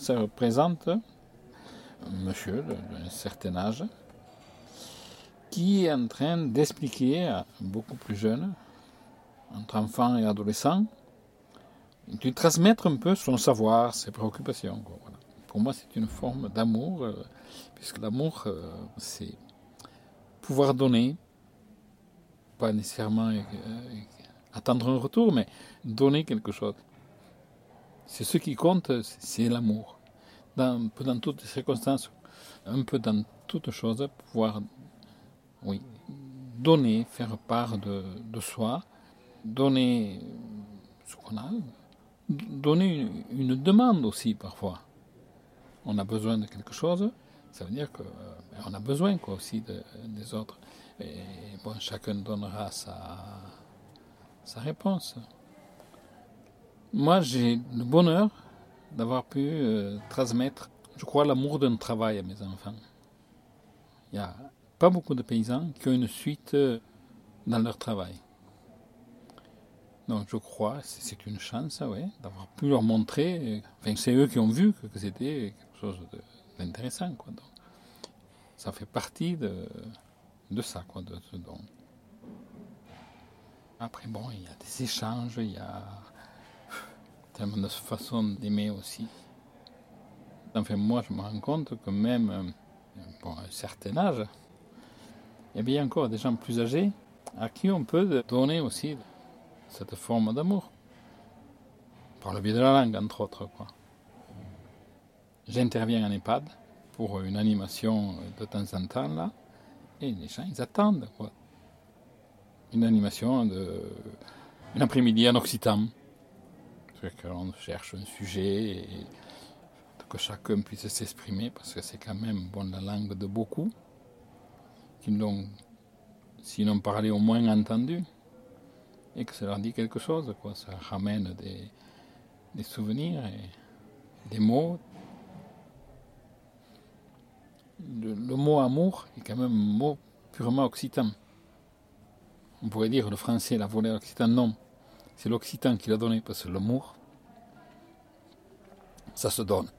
ça représente un monsieur d'un certain âge qui est en train d'expliquer à beaucoup plus jeunes, entre enfants et adolescents, de transmettre un peu son savoir, ses préoccupations. Voilà. Pour moi, c'est une forme d'amour, puisque l'amour, c'est pouvoir donner, pas nécessairement attendre un retour, mais donner quelque chose. C'est ce qui compte, c'est l'amour. Un peu dans toutes les circonstances, un peu dans toutes choses, pouvoir donner, faire part de soi, donner ce qu'on a, donner une demande aussi parfois. On a besoin de quelque chose, ça veut dire qu'on a besoin aussi des autres. Et bon, chacun donnera sa réponse. Moi, j'ai le bonheur d'avoir pu transmettre, je crois, l'amour d'un travail à mes enfants. Il n'y a pas beaucoup de paysans qui ont une suite dans leur travail. Donc je crois, c'est une chance, d'avoir pu leur montrer, c'est eux qui ont vu que c'était quelque chose d'intéressant. Donc, ça fait partie de ça, de ce don. Après, bon, il y a des échanges, il y a tellement de façons d'aimer aussi. Enfin, moi, je me rends compte que même pour un certain âge, il y a encore des gens plus âgés à qui on peut donner aussi cette forme d'amour. Par le biais de la langue, entre autres. J'interviens en EHPAD pour une animation de temps en temps, là, et les gens, ils attendent. Une animation un après-midi en occitan. On cherche un sujet et que chacun puisse s'exprimer, parce que c'est quand même la langue de beaucoup, qui l'ont, sinon parlé, au moins entendu, et que ça leur dit quelque chose, ça ramène des souvenirs et des mots. Le mot amour est quand même un mot purement occitan. On pourrait dire le français l'a volé à l'occitan, non. C'est l'occitan qui l'a donné, parce que l'amour, ça se donne.